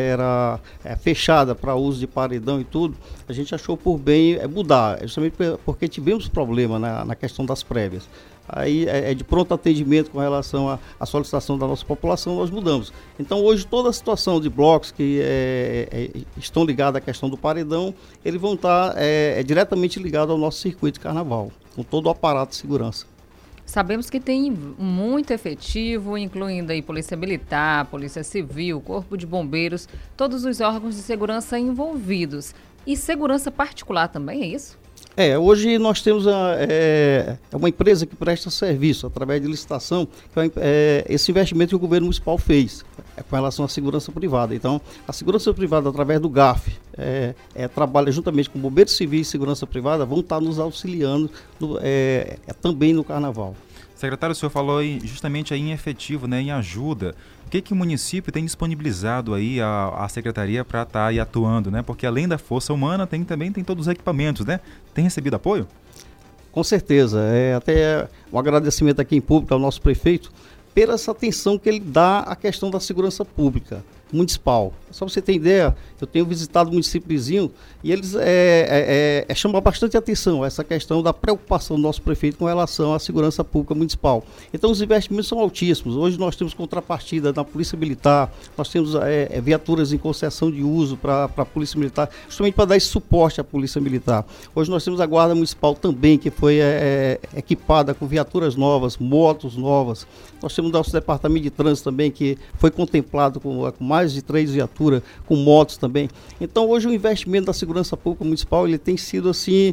fechadas para uso de paredão e tudo. A gente achou por bem mudar, justamente porque tivemos problema na questão das prévias. Aí de pronto atendimento com relação à solicitação da nossa população, nós mudamos. Então hoje toda a situação de blocos que estão ligados à questão do paredão, eles vão estar diretamente ligados ao nosso circuito de carnaval, com todo o aparato de segurança. Sabemos que tem muito efetivo, incluindo aí Polícia Militar, Polícia Civil, Corpo de Bombeiros, todos os órgãos de segurança envolvidos. E segurança particular também, é isso? Hoje nós temos uma empresa que presta serviço através de licitação, que esse investimento que o governo municipal fez com relação à segurança privada. Então, a segurança privada, através do GAF, trabalha juntamente com bombeiros civis e segurança privada, vão estar nos auxiliando também no Carnaval. Secretário, o senhor falou justamente aí em efetivo, né, em ajuda. O que o município tem disponibilizado aí a secretaria para estar aí atuando, né? Porque além da força humana, também tem todos os equipamentos, né? Tem recebido apoio? Com certeza. Até um agradecimento aqui em público ao nosso prefeito pela essa atenção que ele dá à questão da segurança pública municipal. Só para você ter ideia, eu tenho visitado o município vizinho e eles chamam bastante atenção essa questão da preocupação do nosso prefeito com relação à segurança pública municipal. Então os investimentos são altíssimos. Hoje nós temos contrapartida na Polícia Militar, nós temos viaturas em concessão de uso para a Polícia Militar, justamente para dar esse suporte à Polícia Militar. Hoje nós temos a Guarda Municipal também, que foi equipada com viaturas novas, motos novas. Nós temos o nosso Departamento de Trânsito também, que foi contemplado com mais de 3 viaturas, com motos também. Então hoje o investimento da segurança pública municipal ele tem sido assim,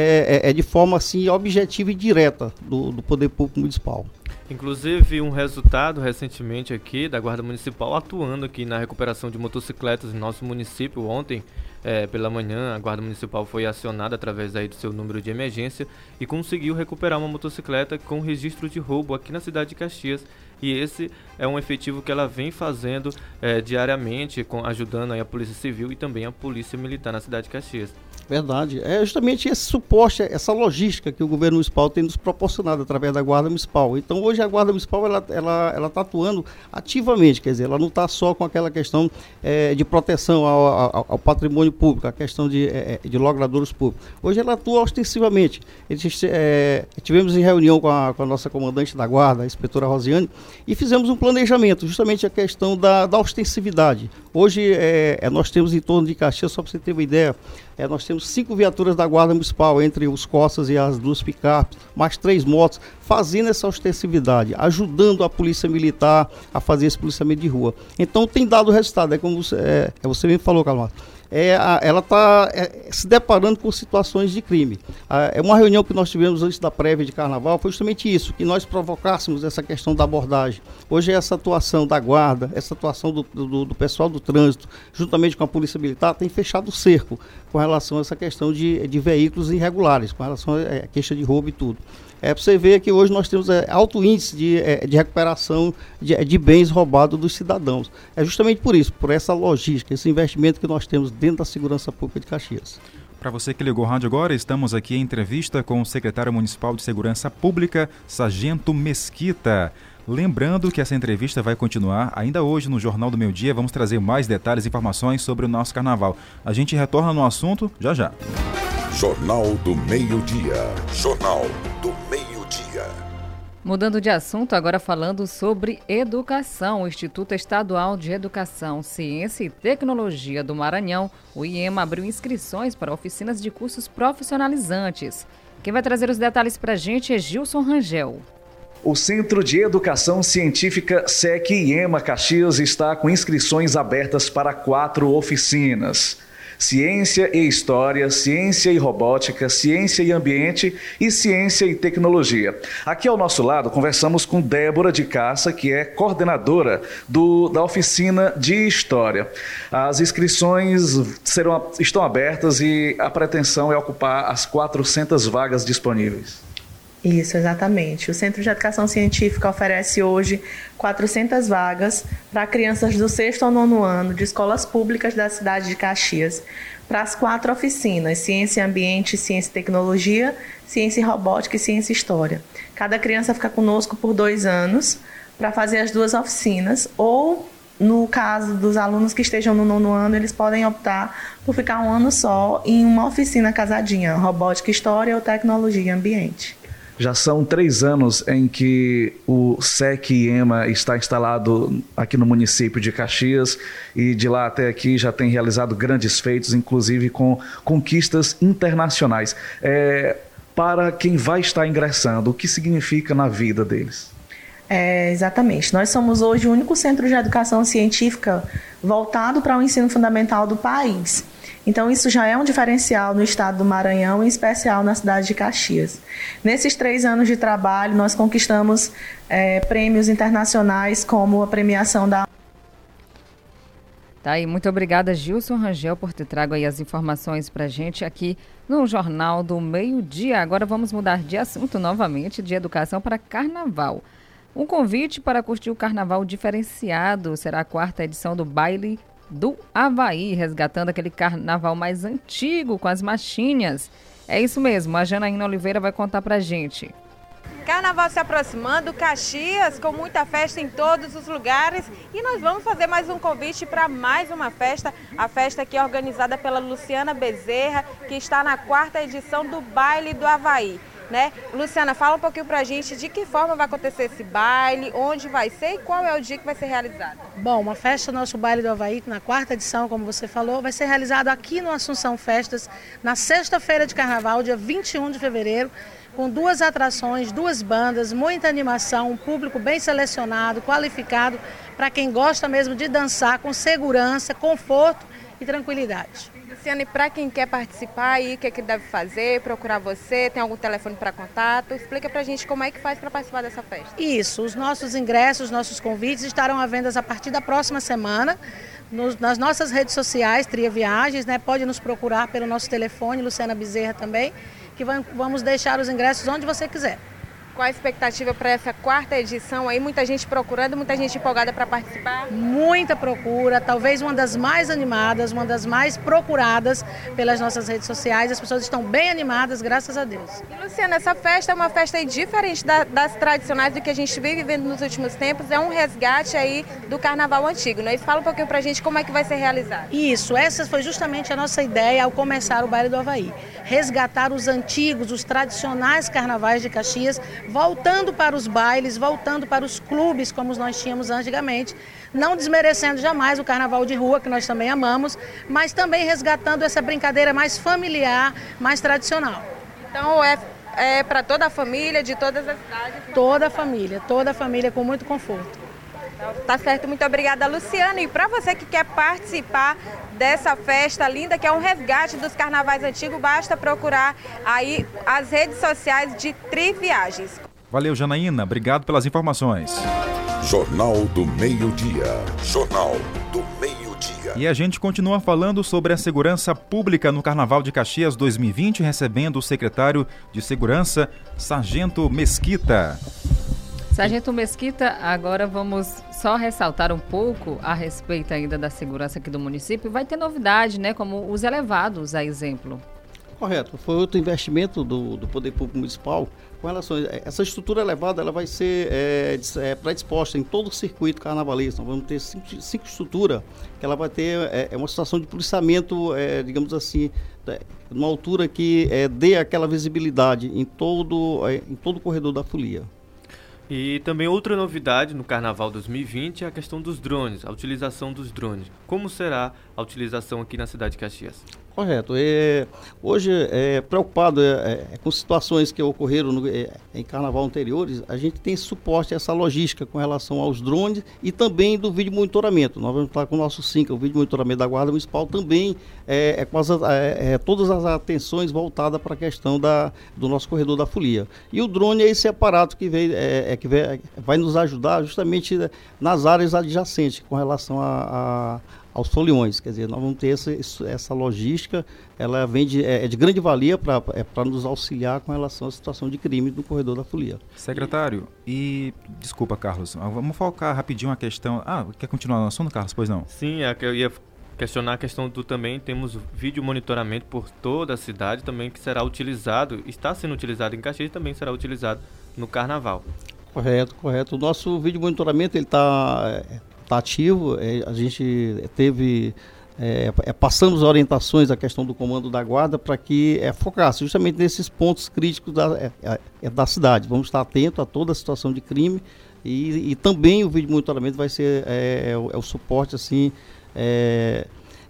de forma assim, objetiva e direta do Poder Público Municipal. Inclusive um resultado recentemente aqui da Guarda Municipal atuando aqui na recuperação de motocicletas em nosso município. Ontem, pela manhã, a Guarda Municipal foi acionada através aí do seu número de emergência e conseguiu recuperar uma motocicleta com registro de roubo aqui na cidade de Caxias. E esse é um efetivo que ela vem fazendo diariamente, ajudando aí a Polícia Civil e também a Polícia Militar na cidade de Caxias. Verdade. É justamente esse suporte, essa logística que o governo municipal tem nos proporcionado através da Guarda Municipal. Então hoje a Guarda Municipal ela está atuando ativamente, quer dizer, ela não está só com aquela questão de proteção ao patrimônio público, a questão de logradouros públicos. Hoje ela atua ostensivamente. Tivemos em reunião com a nossa comandante da Guarda, a inspetora Rosiane, e fizemos um planejamento, justamente a questão da ostensividade. Hoje nós temos em torno de Caxias, só para você ter uma ideia, nós temos 5 viaturas da Guarda Municipal, entre os Corsas e as 2 picapes, mais 3 motos, fazendo essa ostensividade, ajudando a Polícia Militar a fazer esse policiamento de rua. Então tem dado resultado, como você mesmo falou, Carlos. Ela está se deparando com situações de crime. Uma reunião que nós tivemos antes da prévia de Carnaval foi justamente isso, que nós provocássemos essa questão da abordagem. Hoje essa atuação da Guarda, essa atuação do pessoal do trânsito, juntamente com a Polícia Militar, tem fechado o cerco com relação a essa questão de veículos irregulares, com relação à queixa de roubo e tudo. Para você ver que hoje nós temos alto índice de recuperação de bens roubados dos cidadãos. É justamente por isso, por essa logística, esse investimento que nós temos dentro da segurança pública de Caxias. Para você que ligou o rádio agora, estamos aqui em entrevista com o secretário municipal de Segurança Pública, Sargento Mesquita. Lembrando que essa entrevista vai continuar ainda hoje no Jornal do Meio-Dia. Vamos trazer mais detalhes e informações sobre o nosso carnaval. A gente retorna no assunto já já. Jornal do Meio-Dia. Jornal do Meio-Dia. Mudando de assunto, agora falando sobre educação. O Instituto Estadual de Educação, Ciência e Tecnologia do Maranhão, o IEMA, abriu inscrições para oficinas de cursos profissionalizantes. Quem vai trazer os detalhes para a gente é Gilson Rangel. O Centro de Educação Científica SEC IEMA Caxias está com inscrições abertas para 4 oficinas. Ciência e História, Ciência e Robótica, Ciência e Ambiente e Ciência e Tecnologia. Aqui ao nosso lado conversamos com Débora de Cassa, que é coordenadora da oficina de História. As inscrições estão abertas e a pretensão é ocupar as 400 vagas disponíveis. Isso, exatamente. O Centro de Educação Científica oferece hoje 400 vagas para crianças do 6º ao 9º ano de escolas públicas da cidade de Caxias, para as 4 oficinas, Ciência e Ambiente, Ciência e Tecnologia, Ciência e Robótica e Ciência e História. Cada criança fica conosco por 2 anos para fazer as 2 oficinas, ou, no caso dos alunos que estejam no 9º ano, eles podem optar por ficar 1 ano só em uma oficina casadinha, Robótica, História ou Tecnologia e Ambiente. Já são 3 anos em que o SEC IEMA está instalado aqui no município de Caxias e de lá até aqui já tem realizado grandes feitos, inclusive com conquistas internacionais. para quem vai estar ingressando? O que significa na vida deles? Exatamente. Nós somos hoje o único centro de educação científica voltado para o ensino fundamental do país. Então, isso já é um diferencial no estado do Maranhão, em especial na cidade de Caxias. Nesses 3 anos de trabalho, nós conquistamos prêmios internacionais, como a premiação da... Tá aí, muito obrigada, Gilson Rangel, por ter trago aí as informações para a gente aqui no Jornal do Meio-Dia. Agora vamos mudar de assunto novamente, de educação para carnaval. Um convite para curtir o carnaval diferenciado. Será a 4ª edição do Baile do Havaí, resgatando aquele carnaval mais antigo com as marchinhas. É isso mesmo, a Janaína Oliveira vai contar pra gente. Carnaval se aproximando, Caxias com muita festa em todos os lugares, e nós vamos fazer mais um convite para mais uma festa, a festa aqui é organizada pela Luciana Bezerra, que está na 4ª edição do Baile do Havaí. Né? Luciana, fala um pouquinho pra gente de que forma vai acontecer esse baile, onde vai ser e qual é o dia que vai ser realizado. Bom, a festa, nosso Baile do Havaí, na 4ª edição, como você falou, vai ser realizado aqui no Assunção Festas, na sexta-feira de carnaval, dia 21 de fevereiro, com 2 atrações, 2 bandas, muita animação, um público bem selecionado, qualificado, para quem gosta mesmo de dançar com segurança, conforto e tranquilidade. Luciana, e para quem quer participar aí, o que é que deve fazer, procurar você, tem algum telefone para contato? Explica pra gente como é que faz para participar dessa festa. Isso, os nossos ingressos, nossos convites estarão à venda a partir da próxima semana, nas nossas redes sociais, Tria Viagens, né? Pode nos procurar pelo nosso telefone, Luciana Bezerra também, que vamos deixar os ingressos onde você quiser. Qual a expectativa para essa 4ª edição aí? Muita gente procurando, muita gente empolgada para participar? Muita procura, talvez uma das mais animadas, uma das mais procuradas pelas nossas redes sociais. As pessoas estão bem animadas, graças a Deus. E, Luciana, essa festa é uma festa aí diferente das tradicionais do que a gente vem vivendo nos últimos tempos. É um resgate aí do carnaval antigo, né? E fala um pouquinho pra gente como é que vai ser realizado. Isso, essa foi justamente a nossa ideia ao começar o Baile do Havaí. Resgatar os antigos, os tradicionais carnavais de Caxias, voltando para os bailes, voltando para os clubes como nós tínhamos antigamente, não desmerecendo jamais o carnaval de rua, que nós também amamos, mas também resgatando essa brincadeira mais familiar, mais tradicional. Então é para toda a família, de todas as cidades? Toda a família com muito conforto. Tá certo, muito obrigada, Luciana. E para você que quer participar dessa festa linda, que é um resgate dos carnavais antigos, basta procurar aí as redes sociais de Tri Viagens. Valeu, Janaína. Obrigado pelas informações. Jornal do Meio-Dia. Jornal do Meio-Dia. E a gente continua falando sobre a segurança pública no Carnaval de Caxias 2020, recebendo o secretário de Segurança, Sargento Mesquita. Sargento Mesquita, agora vamos só ressaltar um pouco a respeito ainda da segurança aqui do município. Vai ter novidade, né? Como os elevados, a exemplo. Correto. Foi outro investimento do Poder Público Municipal com relação a essa estrutura elevada. Ela vai ser predisposta em todo o circuito carnavalesco. Nós vamos ter cinco estruturas que ela vai ter uma situação de policiamento, digamos assim, numa altura que dê aquela visibilidade em todo o corredor da folia. E também outra novidade no Carnaval 2020 é a questão dos drones, a utilização dos drones. Como será a utilização aqui na cidade de Caxias? Correto. Hoje, preocupado com situações que ocorreram em carnaval anteriores, a gente tem suporte a essa logística com relação aos drones e também do vídeo monitoramento. Nós vamos estar com o nosso SINCA, o vídeo monitoramento da Guarda Municipal, também com todas as atenções voltadas para a questão do nosso corredor da folia. E o drone é esse aparato que vai nos ajudar justamente nas áreas adjacentes com relação aos foliões. Quer dizer, nós vamos ter essa logística, ela vem de grande valia para nos auxiliar com relação à situação de crime no corredor da folia. Secretário, desculpa, Carlos, vamos focar rapidinho a questão. Quer continuar no assunto, Carlos? Pois não? Sim, eu ia questionar a questão também temos vídeo monitoramento por toda a cidade também que será utilizado, está sendo utilizado em Caxias e também será utilizado no Carnaval. Correto. O nosso vídeo monitoramento ele está ativo. A gente passamos orientações à questão do comando da guarda para que focasse justamente nesses pontos críticos da cidade. Vamos estar atentos a toda a situação de crime e também o vídeo monitoramento vai ser o suporte assim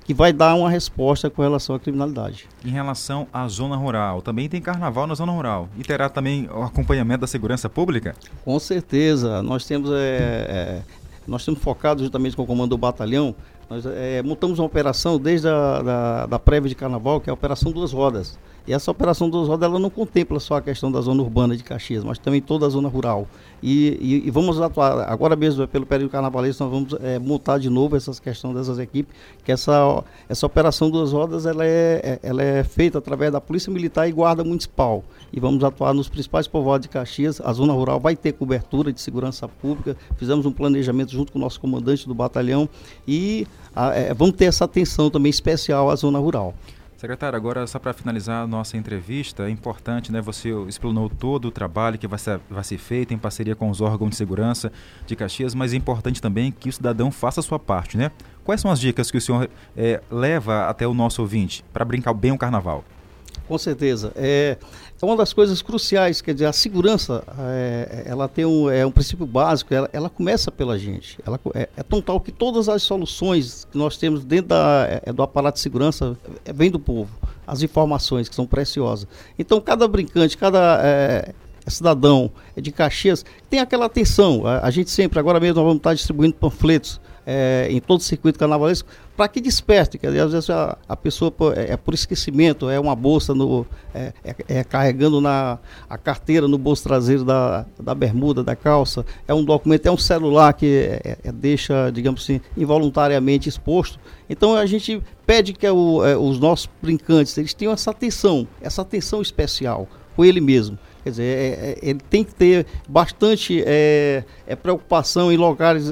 que vai dar uma resposta com relação à criminalidade. Em relação à zona rural, também tem carnaval na zona rural. E terá também o acompanhamento da segurança pública? Com certeza. Nós temos focado juntamente com o comando do batalhão, nós montamos uma operação desde da prévia de carnaval, que é a Operação Duas Rodas. E essa Operação Duas Rodas ela não contempla só a questão da zona urbana de Caxias, mas também toda a zona rural. E vamos atuar, agora mesmo pelo período carnavalesco, nós vamos montar de novo essas questões dessas equipes, que essa Operação Duas Rodas ela é feita através da Polícia Militar e Guarda Municipal. E vamos atuar nos principais povoados de Caxias. A zona rural vai ter cobertura de segurança pública, fizemos um planejamento junto com o nosso comandante do batalhão e vamos ter essa atenção também especial à zona rural. Secretário, agora só para finalizar a nossa entrevista, é importante, né? Você explanou todo o trabalho que vai ser feito em parceria com os órgãos de segurança de Caxias, mas é importante também que o cidadão faça a sua parte, né? Quais são as dicas que o senhor leva até o nosso ouvinte para brincar bem o carnaval? Com certeza. É uma das coisas cruciais, quer dizer, a segurança, ela tem um princípio básico, ela começa pela gente. Ela é tão tal que todas as soluções que nós temos dentro do aparato de segurança vem do povo. As informações que são preciosas. Então, cada brincante, cada cidadão de Caxias tem aquela atenção. A gente sempre, agora mesmo, nós vamos estar distribuindo panfletos em todo o circuito carnavalesco, para que desperte, que às vezes a pessoa por esquecimento, uma bolsa carregando a carteira no bolso traseiro da bermuda, da calça, é um documento, é um celular que deixa, digamos assim, involuntariamente exposto. Então a gente pede que os nossos brincantes, eles tenham essa atenção especial com ele mesmo. Quer dizer, ele tem que ter bastante preocupação em lugares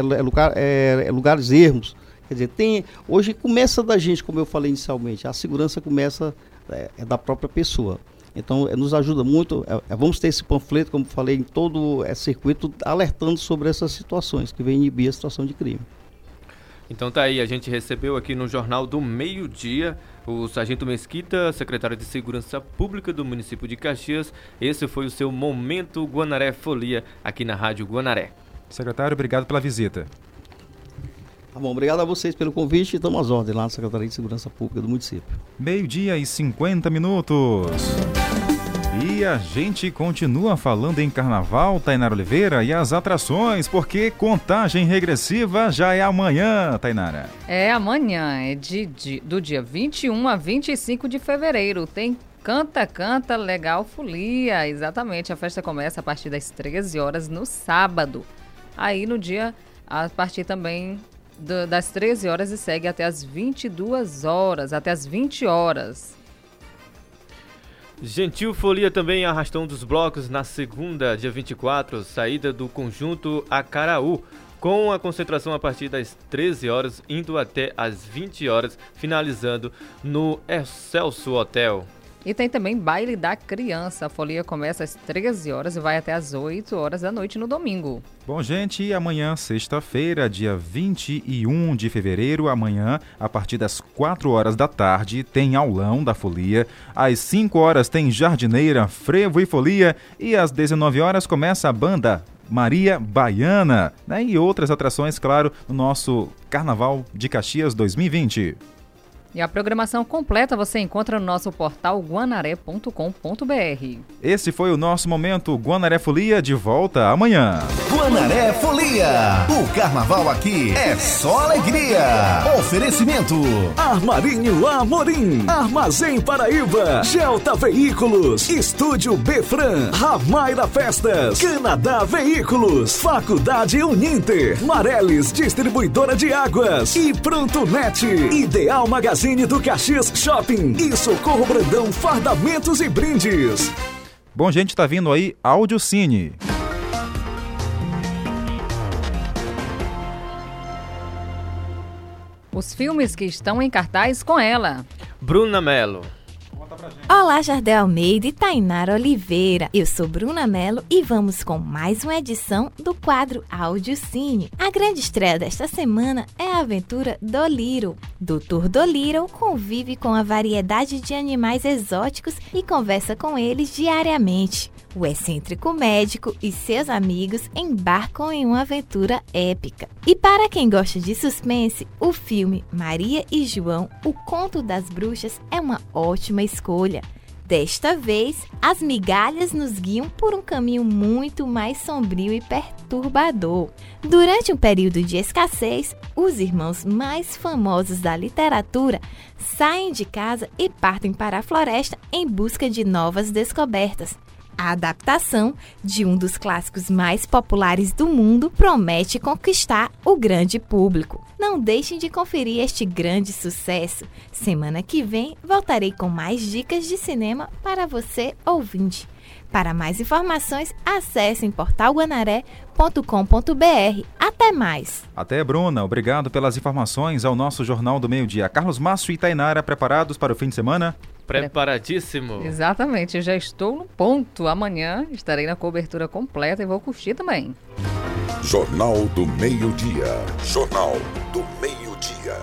ermos. Quer dizer, hoje começa da gente, como eu falei inicialmente, a segurança começa da própria pessoa. Então, nos ajuda muito, vamos ter esse panfleto, como falei, em todo o circuito, alertando sobre essas situações, que vem inibir a situação de crime. Então tá aí, a gente recebeu aqui no Jornal do Meio-Dia o Sargento Mesquita, secretário de Segurança Pública do município de Caxias. Esse foi o seu Momento Guanaré Folia aqui na Rádio Guanaré. Secretário, obrigado pela visita. Tá bom, obrigado a vocês pelo convite e estamos às ordens lá na Secretaria de Segurança Pública do município. 12:50. E a gente continua falando em carnaval, Tainara Oliveira, e as atrações, porque contagem regressiva já é amanhã, Tainara. É amanhã, do dia 21 a 25 de fevereiro. Tem Canta Legal Folia, exatamente. A festa começa a partir das 13 horas no sábado. Aí no dia, a partir também das 13 horas e segue até as 22 horas, até as 20 horas. Gentil Folia também arrastão dos blocos na segunda, dia 24, saída do conjunto Acaraú, com a concentração a partir das 13 horas, indo até as 20 horas, finalizando no Excelso Hotel. E tem também Baile da Criança. A folia começa às 13 horas e vai até às 8 horas da noite no domingo. Bom, gente, e amanhã, sexta-feira, dia 21 de fevereiro, amanhã, a partir das 4 horas da tarde, tem aulão da folia. Às 5 horas tem jardineira, frevo e folia. E às 19 horas começa a banda Maria Baiana, né? E outras atrações, claro, no nosso Carnaval de Caxias 2020. E a programação completa você encontra no nosso portal guanaré.com.br. Esse foi o nosso Momento Guanaré Folia, de volta amanhã. Guanaré Folia, o carnaval aqui é só alegria. Oferecimento: Armarinho Amorim, Armazém Paraíba, Gelta Veículos, Estúdio Befran, Ramaira Festas, Canadá Veículos, Faculdade Uninter, Mareles Distribuidora de Águas e Pronto Net, Ideal Magazine do Caxias Shopping e Socorro Brandão Fardamentos e Brindes. Bom, gente, tá vindo aí Áudio Cine. Os filmes que estão em cartaz com ela. Bruna Mello. Olá, Jardel Almeida e Tainara Oliveira. Eu sou Bruna Mello e vamos com mais uma edição do quadro Áudio Cine. A grande estreia desta semana é a aventura Dolittle. Dr. Dolittle convive com a variedade de animais exóticos e conversa com eles diariamente. O excêntrico médico e seus amigos embarcam em uma aventura épica. E para quem gosta de suspense, o filme Maria e João, O Conto das Bruxas, é uma ótima escolha. Desta vez, as migalhas nos guiam por um caminho muito mais sombrio e perturbador. Durante um período de escassez, os irmãos mais famosos da literatura saem de casa e partem para a floresta em busca de novas descobertas. A adaptação de um dos clássicos mais populares do mundo promete conquistar o grande público. Não deixem de conferir este grande sucesso. Semana que vem voltarei com mais dicas de cinema para você, ouvinte. Para mais informações, acessem portalguanaré.com.br. Até mais! Até, Bruna. Obrigado pelas informações ao nosso Jornal do Meio-Dia. Carlos Márcio e Tainara, preparados para o fim de semana? Preparadíssimo. Exatamente, eu já estou no ponto. Amanhã estarei na cobertura completa e vou curtir também. Jornal do Meio-Dia. Jornal do Meio-Dia.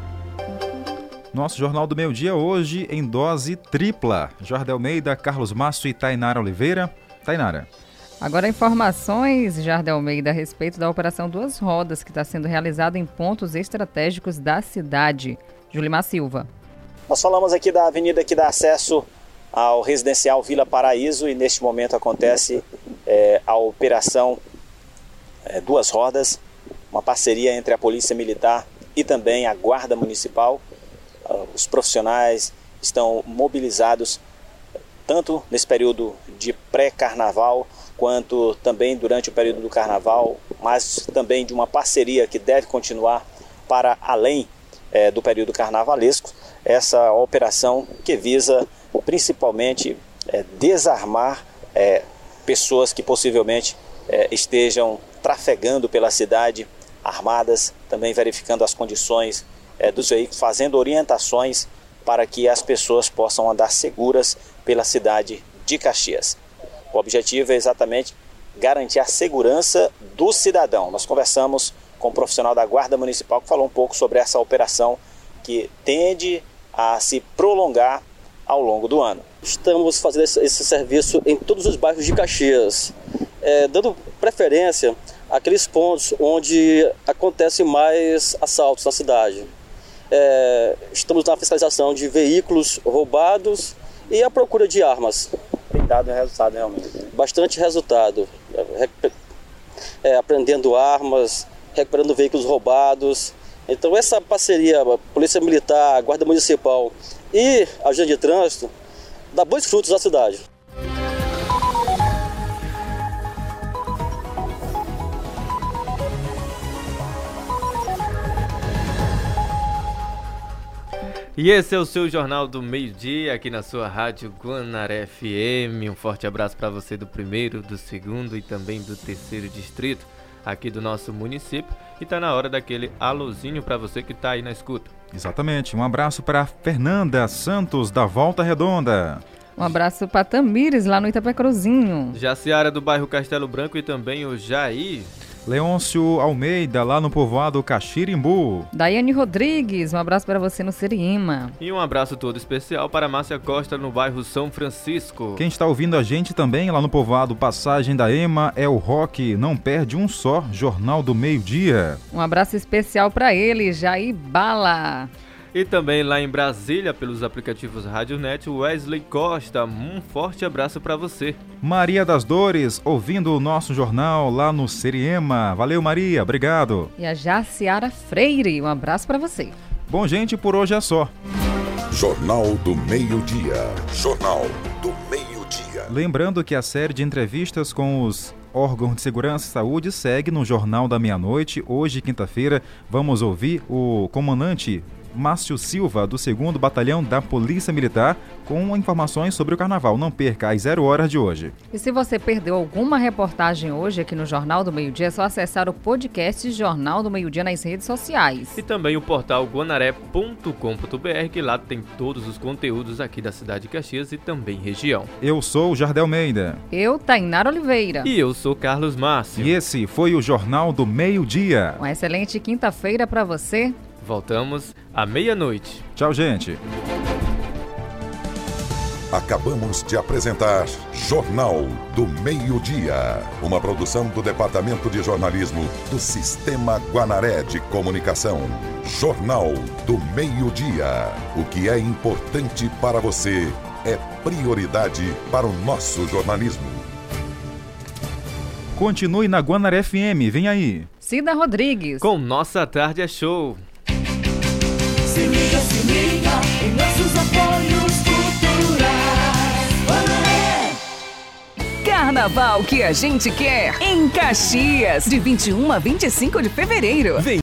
Nosso Jornal do Meio-Dia hoje em dose tripla. Jardel Almeida, Carlos Márcio e Tainara Oliveira. Tainara. Agora informações, Jardel Almeida, a respeito da Operação Duas Rodas, que está sendo realizada em pontos estratégicos da cidade. Julimar Silva. Nós falamos aqui da avenida que dá acesso ao residencial Vila Paraíso e neste momento acontece a Operação Duas Rodas, uma parceria entre a Polícia Militar e também a Guarda Municipal. Os profissionais estão mobilizados tanto nesse período de pré-carnaval quanto também durante o período do carnaval, mas também de uma parceria que deve continuar para além do período carnavalesco. Essa operação que visa principalmente desarmar pessoas que possivelmente estejam trafegando pela cidade armadas, também verificando as condições dos veículos, fazendo orientações para que as pessoas possam andar seguras pela cidade de Caxias. O objetivo é exatamente garantir a segurança do cidadão. Nós conversamos com um profissional da Guarda Municipal que falou um pouco sobre essa operação que tende a se prolongar ao longo do ano. Estamos fazendo esse serviço em todos os bairros de Caxias, dando preferência àqueles pontos onde acontecem mais assaltos na cidade. Estamos na fiscalização de veículos roubados e a procura de armas. Tem dado resultado realmente? Bastante resultado. Apreendendo armas, recuperando veículos roubados. Então essa parceria, Polícia Militar, Guarda Municipal e Agente de Trânsito, dá bons frutos à cidade. E esse é o seu Jornal do Meio-Dia, aqui na sua rádio Guanaré FM. Um forte abraço para você do primeiro, do segundo e também do terceiro distrito aqui do nosso município. E tá na hora daquele alôzinho para você que tá aí na escuta. Exatamente. Um abraço para Fernanda Santos, da Volta Redonda. Um abraço para Tamires, lá no Itapecruzinho. Jaciara, do bairro Castelo Branco, e também o Jair. Leôncio Almeida, lá no povoado Caxirimbu. Daiane Rodrigues, um abraço para você no Seriema. E um abraço todo especial para Márcia Costa, no bairro São Francisco. Quem está ouvindo a gente também lá no povoado Passagem da Ema é o Roque. Não perde um só, Jornal do Meio-Dia. Um abraço especial para ele, Jair Bala. E também lá em Brasília, pelos aplicativos Radionet, Wesley Costa. Um forte abraço para você. Maria das Dores, ouvindo o nosso jornal lá no Seriema. Valeu, Maria, obrigado. E a Jaciara Freire, um abraço para você. Bom, gente, por hoje é só. Jornal do Meio-Dia. Jornal do Meio-Dia. Lembrando que a série de entrevistas com os órgãos de segurança e saúde segue no Jornal da Meia-Noite. Hoje, quinta-feira, vamos ouvir o comandante Márcio Silva, do 2º Batalhão da Polícia Militar, com informações sobre o Carnaval. Não perca às 0 horas de hoje. E se você perdeu alguma reportagem hoje aqui no Jornal do Meio-Dia, é só acessar o podcast Jornal do Meio-Dia nas redes sociais. E também o portal guanaré.com.br, que lá tem todos os conteúdos aqui da cidade de Caxias e também região. Eu sou o Jardel Almeida. Eu, Tainara Oliveira. E eu sou Carlos Márcio. E esse foi o Jornal do Meio-Dia. Uma excelente quinta-feira para você. Voltamos à meia-noite. Tchau, gente. Acabamos de apresentar Jornal do Meio-Dia, uma produção do Departamento de Jornalismo do Sistema Guanaré de Comunicação. Jornal do Meio-Dia. O que é importante para você é prioridade para o nosso jornalismo. Continue na Guanaré FM, vem aí. Cida Rodrigues. Com Nossa Tarde é Show. Se liga em nossos apoios culturais. Guanaré. Carnaval que a gente quer em Caxias, de 21 a 25 de fevereiro. Vem